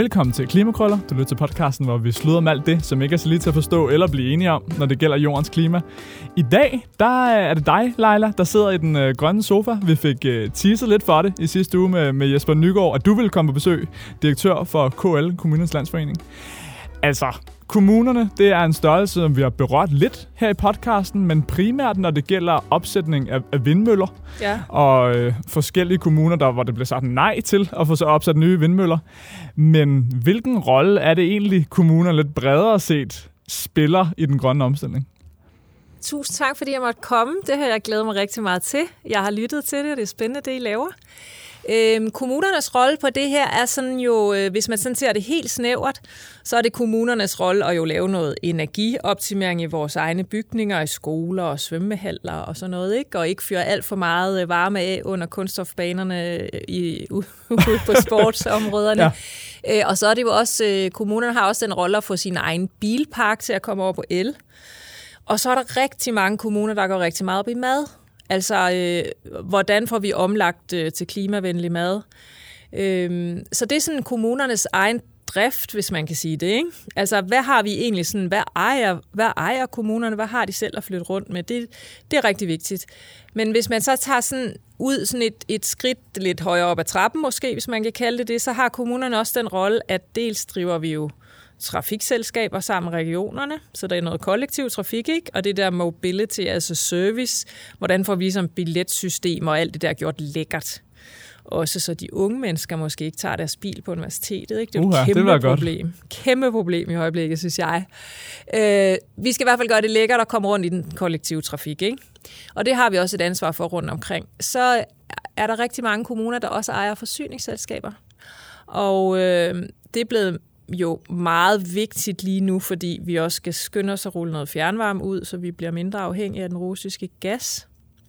Velkommen til Klimakrøller. Du lytter til podcasten, hvor vi sluder om alt det, som ikke er så lige til at forstå eller blive enige om, når det gælder jordens klima. I dag, der er det dig, Leila, der sidder i den grønne sofa. Vi fik teaset lidt for det i sidste uge med Jesper Nygaard, at du ville komme på besøg, direktør for KL, Kommunernes Landsforening. Altså, kommunerne, det er en størrelse, som vi har berørt lidt her i podcasten, men primært når det gælder opsætning af vindmøller. Ja. Og forskellige kommuner, hvor det bliver sagt nej til at få så opsat nye vindmøller. Men hvilken rolle er det egentlig, kommuner lidt bredere set spiller i den grønne omstilling? Tusind tak, fordi jeg måtte komme. Det har jeg glædet mig rigtig meget til. Jeg har lyttet til det, og det er spændende, det I laver. Kommunernes rolle på det her er sådan jo, hvis man sådan ser det helt snævert, så er det kommunernes rolle at jo lave noget energioptimering i vores egne bygninger, i skoler og svømmehaller og sådan noget, ikke? Og ikke fyre alt for meget varme af under kunststofbanerne ude på sportsområderne. Ja. Og så er det jo også, kommunerne har også den rolle at få sin egen bilpark til at komme over på el. Og så er der rigtig mange kommuner, der går rigtig meget op i mad. Altså, hvordan får vi omlagt til klimavenlig mad? Så det er sådan kommunernes egen drift, hvis man kan sige det, ikke? Altså, hvad har vi egentlig sådan, hvad ejer kommunerne? Hvad har de selv at flytte rundt med? Det er rigtig vigtigt. Men hvis man så tager sådan ud sådan et skridt lidt højere op ad trappen, måske, hvis man kan kalde det, så har kommunerne også den rolle, at dels driver vi jo trafikselskaber sammen med regionerne, så der er noget kollektiv trafik, ikke? Og det der mobility, altså service, hvordan får vi som billetsystem og alt det der gjort lækkert. Også så de unge mennesker måske ikke tager deres bil på universitetet, ikke? Det er et kæmpe problem. Kæmpe problem i øjeblikket, synes jeg. Vi skal i hvert fald gøre det lækkert at komme rundt i den kollektive trafik, ikke? Og det har vi også et ansvar for rundt omkring. Så er der rigtig mange kommuner, der også ejer forsyningsselskaber. Og det er blevet jo meget vigtigt lige nu, fordi vi også skal skynde os at rulle noget fjernvarme ud, så vi bliver mindre afhængige af den russiske gas.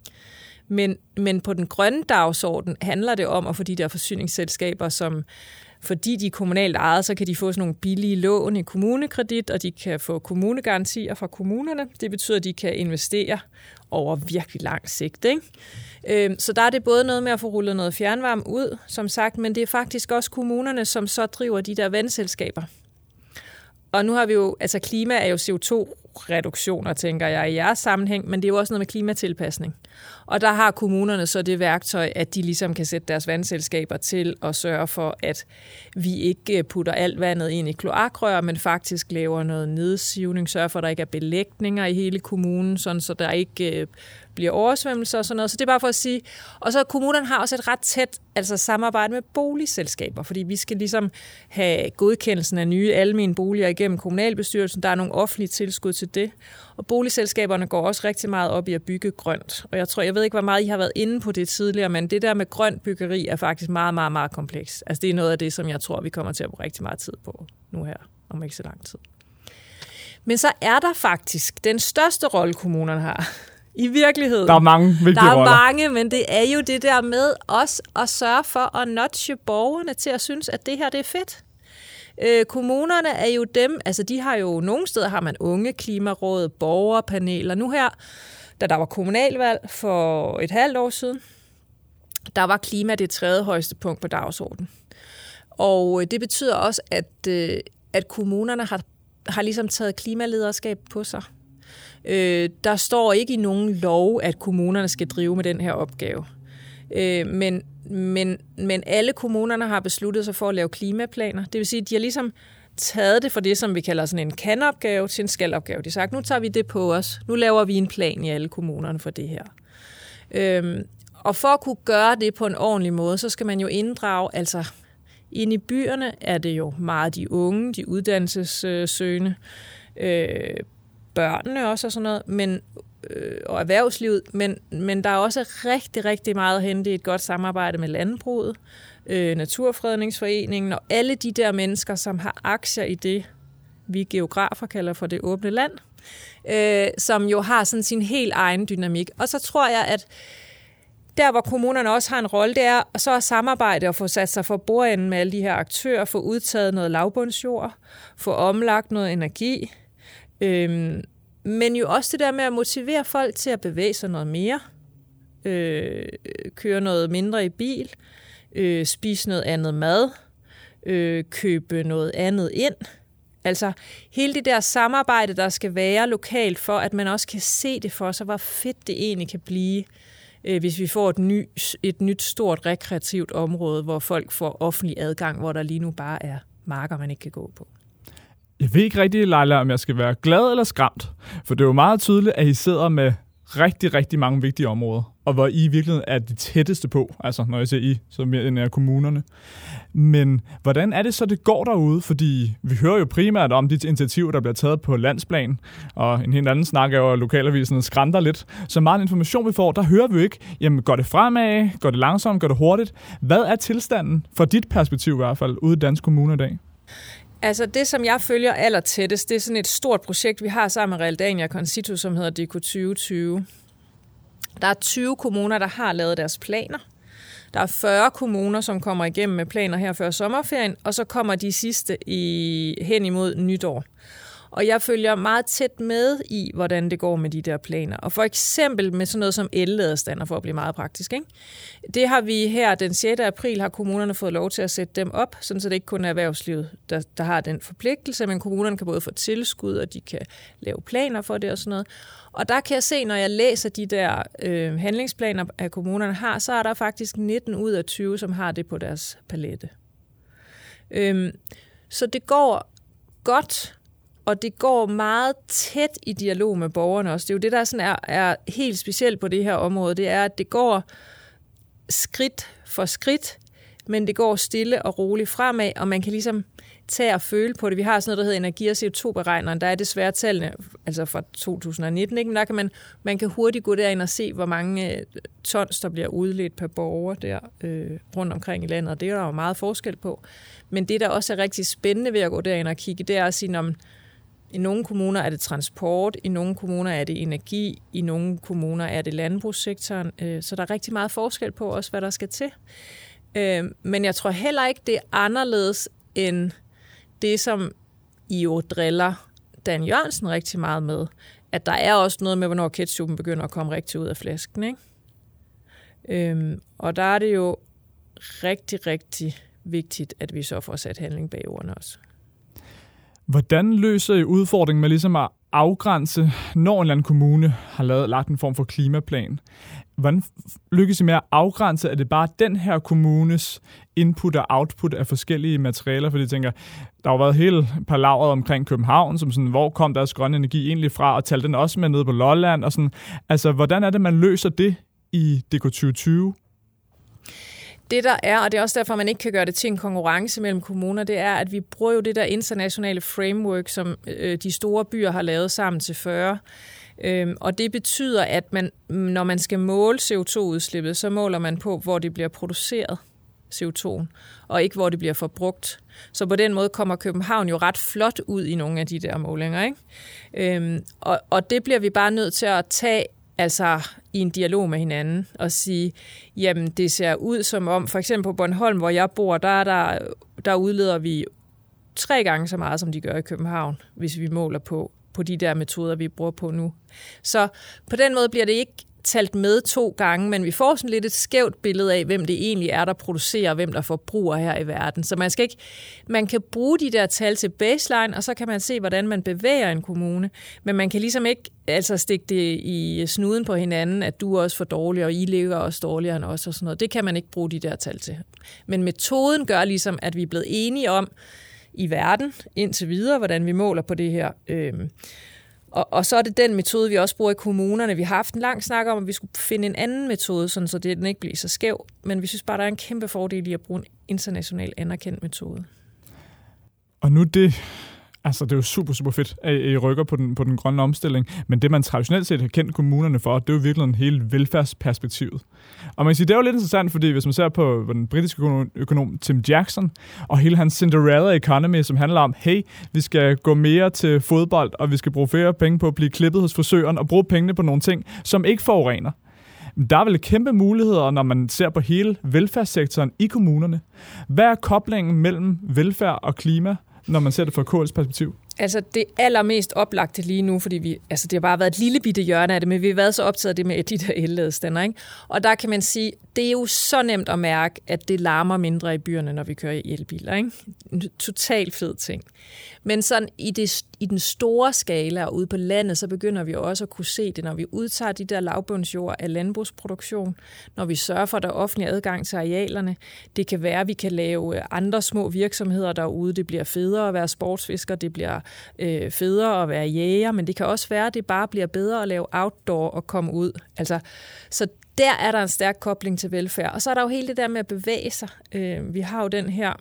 Men på den grønne dagsorden handler det om at få de der forsyningsselskaber, som fordi de er kommunalt ejet, så kan de få sådan nogle billige lån i kommunekredit, og de kan få kommunegarantier fra kommunerne. Det betyder, at de kan investere over virkelig lang sigt, ikke? Så der er det både noget med at få rullet noget fjernvarme ud, som sagt, men det er faktisk også kommunerne, som så driver de der vandselskaber. Og nu har vi jo, altså klima er jo CO2-reduktioner, tænker jeg, i jeres sammenhæng, men det er jo også noget med klimatilpasning. Og der har kommunerne så det værktøj, at de ligesom kan sætte deres vandselskaber til at sørge for, at vi ikke putter alt vandet ind i kloakrør, men faktisk laver noget nedsivning, sørger for, at der ikke er belægninger i hele kommunen, sådan så der ikke bliver oversvømmelser og sådan noget. Så det er bare for at sige. Og så kommunerne har også et ret tæt samarbejde med boligselskaber, fordi vi skal ligesom have godkendelsen af nye almene boliger igennem kommunalbestyrelsen. Der er nogle offentlige tilskud til det. Og boligselskaberne går også rigtig meget op i at bygge grønt. Og jeg ved ikke, hvor meget I har været inde på det tidligere, men det der med grønt byggeri er faktisk meget, meget, meget kompleks. Altså det er noget af det, som jeg tror, vi kommer til at bruge rigtig meget tid på nu her, om ikke så lang tid. Men så er der faktisk den største rolle, kommunerne har. I virkeligheden. Der er mange vigtige roller. Der er mange, men det er jo det der med også at sørge for at nudge borgerne til at synes, at det her det er fedt. Kommunerne er jo dem, altså de har jo nogle steder har man unge klimaråd, borgerpaneler. Nu her, da der var kommunalvalg for et halvt år siden, der var klima det tredje højeste punkt på dagsordenen. Og det betyder også, at kommunerne har ligesom taget klimalederskab på sig. Der står ikke i nogen lov, at kommunerne skal drive med den her opgave. Men alle kommunerne har besluttet sig for at lave klimaplaner. Det vil sige, at de har ligesom taget det fra det, som vi kalder sådan en kan-opgave til en skal-opgave. De har sagt, nu tager vi det på os. Nu laver vi en plan i alle kommunerne for det her. Og for at kunne gøre det på en ordentlig måde, så skal man jo inddrage, altså inde i byerne er det jo meget de unge, de uddannelsessøgende, børnene også og sådan noget, og erhvervslivet, men der er også rigtig, rigtig meget at hente i et godt samarbejde med landbruget, Naturfredningsforeningen og alle de der mennesker, som har aktier i det, vi geografer kalder for det åbne land, som jo har sådan sin helt egen dynamik. Og så tror jeg, at der, hvor kommunerne også har en rolle, det er så at samarbejde og få sat sig for bordenden med alle de her aktører, få udtaget noget lavbundsjord, få omlagt noget energi, men jo også det der med at motivere folk til at bevæge sig noget mere, køre noget mindre i bil, spise noget andet mad, købe noget andet ind. Altså hele det der samarbejde, der skal være lokalt for, at man også kan se det for sig, hvor fedt det egentlig kan blive, hvis vi får et nyt stort rekreativt område, hvor folk får offentlig adgang, hvor der lige nu bare er marker, man ikke kan gå på. Jeg ved ikke rigtig, Leila, om jeg skal være glad eller skræmt, for det er jo meget tydeligt, at I sidder med rigtig, rigtig mange vigtige områder, og hvor I virkelig er de tætteste på, altså når jeg siger I, så mere end er kommunerne. Men hvordan er det så, det går derude? Fordi vi hører jo primært om de initiativer, der bliver taget på landsplan, og en helt anden snak er jo, at lokalaviserne skranter lidt. Så meget information, vi får, der hører vi jo ikke, jamen går det fremad, går det langsomt, går det hurtigt? Hvad er tilstanden, fra dit perspektiv i hvert fald, ude i danske kommuner i dag? Altså det, som jeg følger allertættest, det er sådan et stort projekt, vi har sammen med Realdania Concito, som hedder DK 2020. Der er 20 kommuner, der har lavet deres planer. Der er 40 kommuner, som kommer igennem med planer her før sommerferien, og så kommer de sidste hen imod nytår. Og jeg følger meget tæt med i, hvordan det går med de der planer. Og for eksempel med sådan noget som elladestander, for at blive meget praktisk. Ikke? Det har vi her den 6. april, har kommunerne fået lov til at sætte dem op, sådan så det ikke kun er erhvervslivet, der har den forpligtelse, men kommunerne kan både få tilskud, og de kan lave planer for det og sådan noget. Og der kan jeg se, når jeg læser de der handlingsplaner, at kommunerne har, så er der faktisk 19 ud af 20, som har det på deres palette. Så det går godt. Og det går meget tæt i dialog med borgerne også. Det er jo det, der sådan er helt specielt på det her område. Det er, at det går skridt for skridt, men det går stille og roligt fremad, og man kan ligesom tage og føle på det. Vi har sådan noget, der hedder energi- og CO2-beregneren. Der er desværre tallene, altså fra 2019, ikke? Men der kan man kan hurtigt gå derind og se, hvor mange tons, der bliver udledt per borger der rundt omkring i landet, og det er der jo meget forskel på. Men det, der også er rigtig spændende ved at gå derind og kigge, det er at sige, om i nogle kommuner er det transport, i nogle kommuner er det energi, i nogle kommuner er det landbrugssektoren. Så der er rigtig meget forskel på også, hvad der skal til. Men jeg tror heller ikke, det er anderledes end det, som I jo driller Dan Jørgensen rigtig meget med. At der er også noget med, hvornår ketchupen begynder at komme rigtig ud af flasken. Ikke? Og der er det jo rigtig, rigtig vigtigt, at vi så får sat handling bag ordene også. Hvordan løser I udfordringen med ligesom at afgrænse, når en eller anden kommune har lagt en form for klimaplan? Hvordan lykkes I med at afgrænse, at det bare den her kommunes input og output af forskellige materialer? Fordi jeg tænker, der har jo været hele palaveret omkring København, som sådan, hvor kom deres grønne energi egentlig fra, og talte den også med nede på Lolland? Og sådan. Altså, hvordan er det, man løser det i DK 2020? Det der er, og det er også derfor, man ikke kan gøre det til en konkurrence mellem kommuner, det er, at vi bruger jo det der internationale framework, som de store byer har lavet sammen til 40. Og det betyder, at når man skal måle CO2-udslippet, så måler man på, hvor det bliver produceret, CO2'en, og ikke hvor det bliver forbrugt. Så på den måde kommer København jo ret flot ud i nogle af de der målinger. Ikke? Og det bliver vi bare nødt til at tage altså i en dialog med hinanden og sige, jamen det ser ud som om, for eksempel på Bornholm, hvor jeg bor, der udleder vi 3 gange så meget, som de gør i København, hvis vi måler på de der metoder, vi bruger på nu. Så på den måde bliver det ikke talt med 2 gange, men vi får sådan lidt et skævt billede af, hvem det egentlig er, der producerer, og hvem der forbruger her i verden. Så man kan bruge de der tal til baseline, og så kan man se, hvordan man bevæger en kommune, men man kan ligesom ikke altså stikke det i snuden på hinanden, at du er også for dårlig, og I ligger også dårligere end os og sådan noget. Det kan man ikke bruge de der tal til. Men metoden gør ligesom, at vi er blevet enige om i verden indtil videre, hvordan vi måler på det her. Og så er det den metode, vi også bruger i kommunerne. Vi har haft en lang snak om, at vi skulle finde en anden metode, sådan så den ikke bliver så skæv. Men vi synes bare, der er en kæmpe fordel i at bruge en international anerkendt metode. Og nu det er jo super, super fedt, at I rykker på den grønne omstilling. Men det, man traditionelt set har kendt kommunerne for, det er jo virkelig en hele velfærdsperspektivet. Og man kan sige, det er jo lidt interessant, fordi hvis man ser på den britiske økonom Tim Jackson, og hele hans Cinderella Economy, som handler om, hey, vi skal gå mere til fodbold, og vi skal bruge flere penge på at blive klippet hos frisøren, og bruge pengene på nogle ting, som ikke forurener. Der er vel kæmpe muligheder, når man ser på hele velfærdssektoren i kommunerne. Hvad er koblingen mellem velfærd og klima, når man ser det fra KL's perspektiv? Altså det allermest oplagte lige nu, fordi det har bare været et lille bitte hjørne af det, men vi har været så optaget af det med de der elladestander, ikke? Og der kan man sige, det er jo så nemt at mærke, at det larmer mindre i byerne, når vi kører i elbiler, ikke? En total fed ting. Men sådan i den store skala og ude på landet, så begynder vi også at kunne se det, når vi udtager de der lavbundsjord af landbrugsproduktion, når vi sørger for, at der er offentlig adgang til arealerne. Det kan være, at vi kan lave andre små virksomheder derude. Det bliver federe at være sportsfisker, det bliver federe at være jæger, men det kan også være, at det bare bliver bedre at lave outdoor og komme ud. Altså, så der er der en stærk kobling til velfærd. Og så er der jo hele det der med at bevæge sig. Vi har jo den her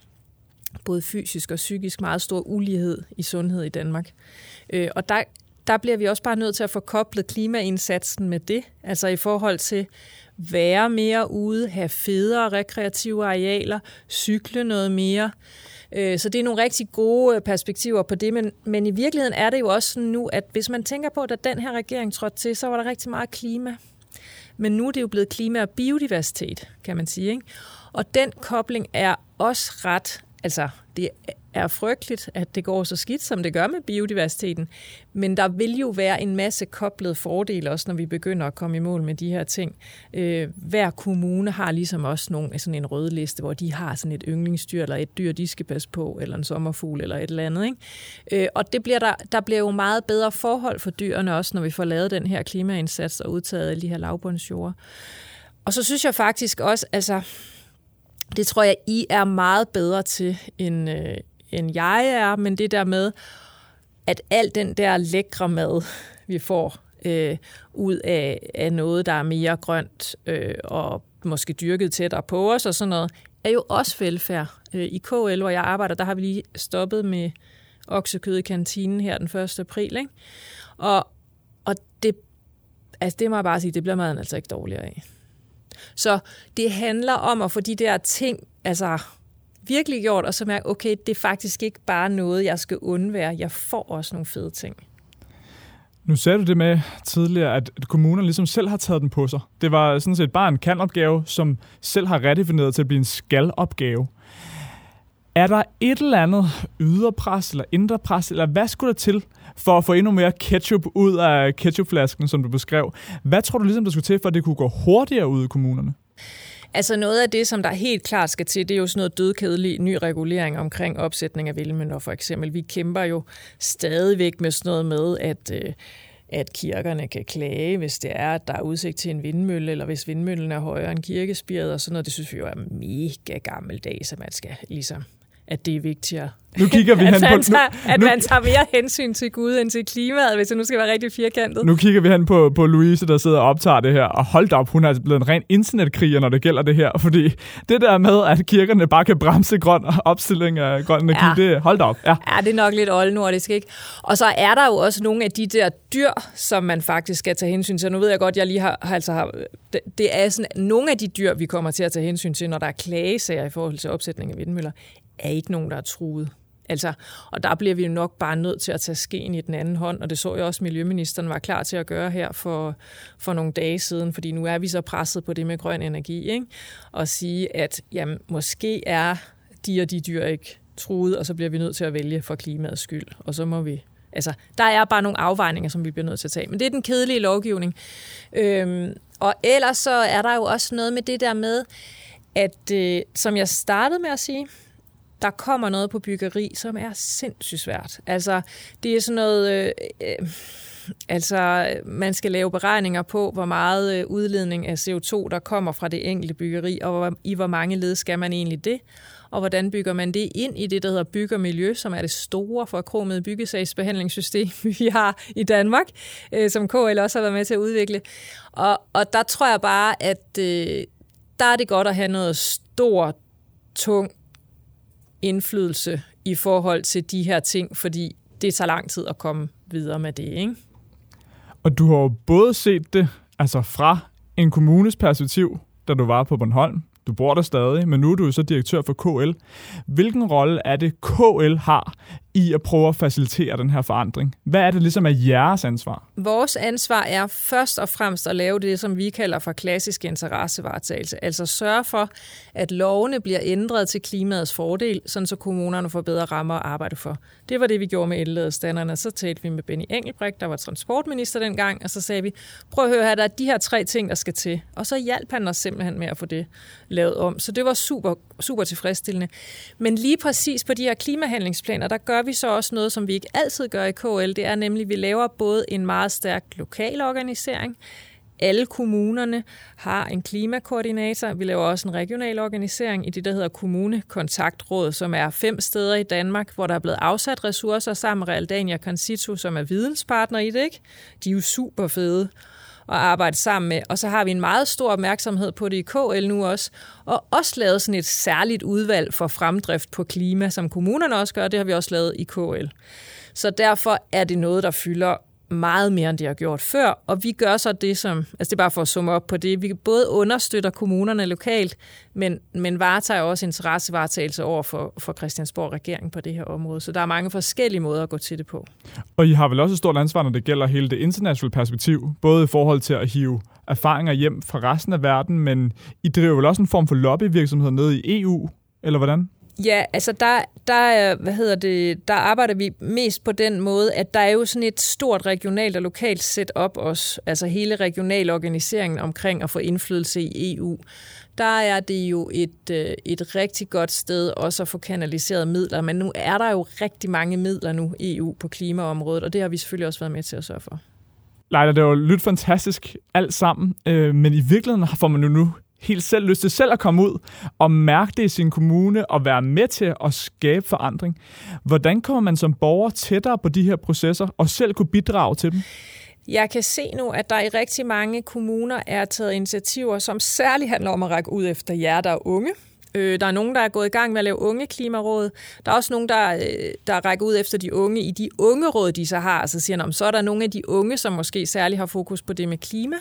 både fysisk og psykisk meget stor ulighed i sundhed i Danmark. Og der bliver vi også bare nødt til at få koblet klimaindsatsen med det. Altså i forhold til være mere ude, have federe rekreative arealer, cykle noget mere. Så det er nogle rigtig gode perspektiver på det, men i virkeligheden er det jo også sådan nu, at hvis man tænker på, at da den her regering trådte til, så var der rigtig meget klima. Men nu er det jo blevet klima og biodiversitet, kan man sige, ikke? Og den kobling er også ret, altså det er frygteligt, at det går så skidt, som det gør med biodiversiteten, men der vil jo være en masse koblede fordele også, når vi begynder at komme i mål med de her ting. Hver kommune har ligesom også sådan en rød liste, hvor de har sådan et yndlingsdyr, eller et dyr, de skal passe på, eller en sommerfugl, eller et eller andet, ikke? Og det bliver der bliver jo meget bedre forhold for dyrene også, når vi får lavet den her klimaindsats og udtaget alle de her lavbundsjorde. Og så synes jeg faktisk også, altså det tror jeg, I er meget bedre til, end jeg er, men det der med, at al den der lækre mad, vi får ud af noget, der er mere grønt og måske dyrket tættere på os og sådan noget, er jo også velfærd. I KL, hvor jeg arbejder, der har vi lige stoppet med oksekød i kantinen her den 1. april, ikke? Og det må jeg bare sige, det bliver maden altså ikke dårligere af. Så det handler om at få de der ting altså virkelig gjort, og så mærke, okay, det er faktisk ikke bare noget, jeg skal undvære. Jeg får også nogle fede ting. Nu sagde du det med tidligere, at kommunerne ligesom selv har taget den på sig. Det var sådan set bare en kan-opgave, som selv har redefineret til at blive en skal-opgave. Er der et eller andet ydre pres eller indre pres, eller hvad skulle der til for at få endnu mere ketchup ud af ketchupflasken, som du beskrev? Hvad tror du ligesom, der skulle til, for at det kunne gå hurtigere ud i kommunerne? Altså noget af det, som der helt klart skal til, det er jo sådan noget dødkedelig ny regulering omkring opsætning af vindmøller for eksempel. Vi kæmper jo stadigvæk med sådan noget med, at kirkerne kan klage, hvis det er, at der er udsigt til en vindmølle, eller hvis vindmøllen er højere end kirkespiret og sådan noget. Det synes vi jo er mega gammeldags, at man skal ligesom, at det er vigtigere. Nu kigger vi man tager mere hensyn til Gud end til klimaet, hvis det nu skal være rigtig firkantet. Nu kigger vi hen på Louise, der sidder og optager det her, og hold da op, hun er blevet en ren internetkriger, når det gælder det her, fordi det der med, at kirkerne bare kan bremse grøn opstilling af grøn energi, det hold da op. Ja, det er nok lidt oldnordisk, ikke? Og så er der jo også nogle af de der dyr, som man faktisk skal tage hensyn til. Nu ved jeg godt, jeg lige har det er sådan, nogle af de dyr, vi kommer til at tage hensyn til, når der er klagesager i forhold til opsætning af vindmøller, er ikke nogen, der er truet. Altså, og der bliver vi jo nok bare nødt til at tage skeen i den anden hånd, og det så jeg også, Miljøministeren var klar til at gøre her for nogle dage siden, fordi nu er vi så presset på det med grøn energi, ikke? Og sige, at jamen, måske er de og de dyr ikke truet, og så bliver vi nødt til at vælge for klimaets skyld, og så må vi... Altså, der er bare nogle afvejninger, som vi bliver nødt til at tage, men det er den kedelige lovgivning. Og ellers så er der jo også noget med det der med, at som jeg startede med at sige, der kommer noget på byggeri, som er sindssygt svært. Altså, det er sådan noget... man skal lave beregninger på, hvor meget udledning af CO2, der kommer fra det enkelte byggeri, og i hvor mange led skal man egentlig det, og hvordan bygger man det ind i det, der hedder byggermiljø, som er det store forkromede byggesagsbehandlingssystem, vi har i Danmark, som KL også har været med til at udvikle. Og der tror jeg bare, at der er det godt at have noget stort, tung indflydelse i forhold til de her ting, fordi det tager lang tid at komme videre med det, ikke? Og du har jo både set det altså fra en kommunes perspektiv, da du var på Bornholm. Du bor der stadig, men nu er du så direktør for KL. Hvilken rolle er det, KL har i at prøve at facilitere den her forandring? Hvad er det ligesom af jeres ansvar? Vores ansvar er først og fremmest at lave det, som vi kalder for klassisk interessevaretagelse. Altså sørge for, at lovene bliver ændret til klimaets fordel, sådan så kommunerne får bedre rammer at arbejde for. Det var det, vi gjorde med elladestanderne. Så talte vi med Benny Engelbrecht, der var transportminister dengang, og så sagde vi, prøv at høre her, der er de her 3 ting, der skal til. Og så hjalp han os simpelthen med at få det lavet om. Så det var super, super tilfredsstillende. Men lige præcis på de her klimahandlingsplaner, der gør vi så også noget, som vi ikke altid gør i KL. Det er nemlig, at vi laver både en meget stærk lokal organisering. Alle kommunerne har en klimakoordinator. Vi laver også en regional organisering i det, der hedder Kommunekontaktråd, som er 5 steder i Danmark, hvor der er blevet afsat ressourcer sammen med Realdania Concito, som er videnspartner i det, ikke? De er jo super fede at arbejde sammen med. Og så har vi en meget stor opmærksomhed på det i KL nu også, og også lavet sådan et særligt udvalg for fremdrift på klima, som kommunerne også gør. Det har vi også lavet i KL. Så derfor er det noget, der fylder meget mere, end det har gjort før, og vi gør så det som, altså det er bare for at summe op på det, vi både understøtter kommunerne lokalt, men varetager også interessevaretagelse over for Christiansborg regering på det her område. Så der er mange forskellige måder at gå til det på. Og I har vel også et stort ansvar, når det gælder hele det internationale perspektiv, både i forhold til at hive erfaringer hjem fra resten af verden, men I driver vel også en form for lobbyvirksomhed nede i EU, eller hvordan? Ja, altså der arbejder vi mest på den måde, at der er jo sådan et stort regionalt og lokalt setup også, altså hele regional organiseringen omkring at få indflydelse i EU. Der er det jo et rigtig godt sted også at få kanaliseret midler, men nu er der jo rigtig mange midler nu i EU på klimaområdet, og det har vi selvfølgelig også været med til at sørge for. Leila, det har jo lyttet fantastisk alt sammen, men i virkeligheden får man jo nu helt selv lyst til selv at komme ud og mærke det i sin kommune og være med til at skabe forandring. Hvordan kommer man som borger tættere på de her processer og selv kunne bidrage til dem? Jeg kan se nu, at der i rigtig mange kommuner er taget initiativer, som særligt handler om at række ud efter jer, der er unge. Der er nogen, der er gået i gang med at lave ungeklimaråd. Der er også nogen, der rækker ud efter de unge i de ungeråd, de så har. Altså siger, så er der nogle af de unge, som måske særligt har fokus på det med klima.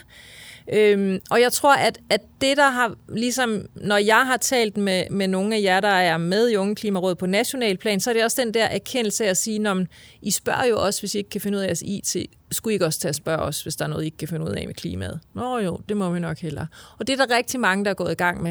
Og jeg tror, at det, der har, ligesom når jeg har talt med nogle af jer, der er med i Ungeklimarådet på national plan, så er det også den der erkendelse af at sige, når I spørger jo også, hvis I ikke kan finde ud af jeres IT, skulle I ikke også tage at spørge os, hvis der er noget, I ikke kan finde ud af med klimaet? Nå jo, det må vi nok hellere. Og det er der rigtig mange, der er gået i gang med.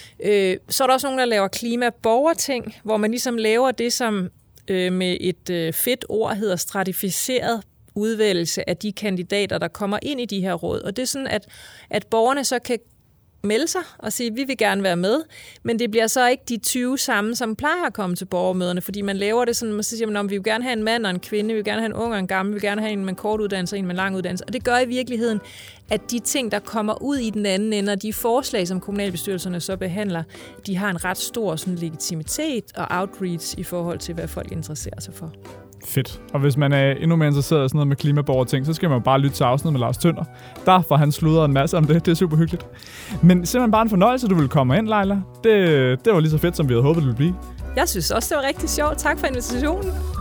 Så er der også nogen, der laver klimaborgerting, hvor man ligesom laver det, som med et fedt ord hedder stratificeret udvælgelse af de kandidater, der kommer ind i de her råd. Og det er sådan, at borgerne så kan melde sig og sige, vi vil gerne være med, men det bliver så ikke de 20 samme, som plejer at komme til borgermøderne, fordi man laver det sådan, man siger, vi vil gerne have en mand og en kvinde, vi vil gerne have en ung og en gammel, vi vil gerne have en med kort uddannelse og en med lang uddannelse. Og det gør i virkeligheden, at de ting, der kommer ud i den anden ende, og de forslag, som kommunalbestyrelserne så behandler, de har en ret stor sådan, legitimitet og outreach i forhold til, hvad folk interesserer sig for. Fedt. Og hvis man er endnu mere interesseret i sådan noget med klimaborgerting, så skal man bare lytte til afsnittet med Lars Tønder. Der får han sludret en masse om det. Det er super hyggeligt. Men simpelthen bare en fornøjelse, at du ville komme ind, Leila. Det var lige så fedt, som vi havde håbet, det ville blive. Jeg synes også, det var rigtig sjovt. Tak for invitationen.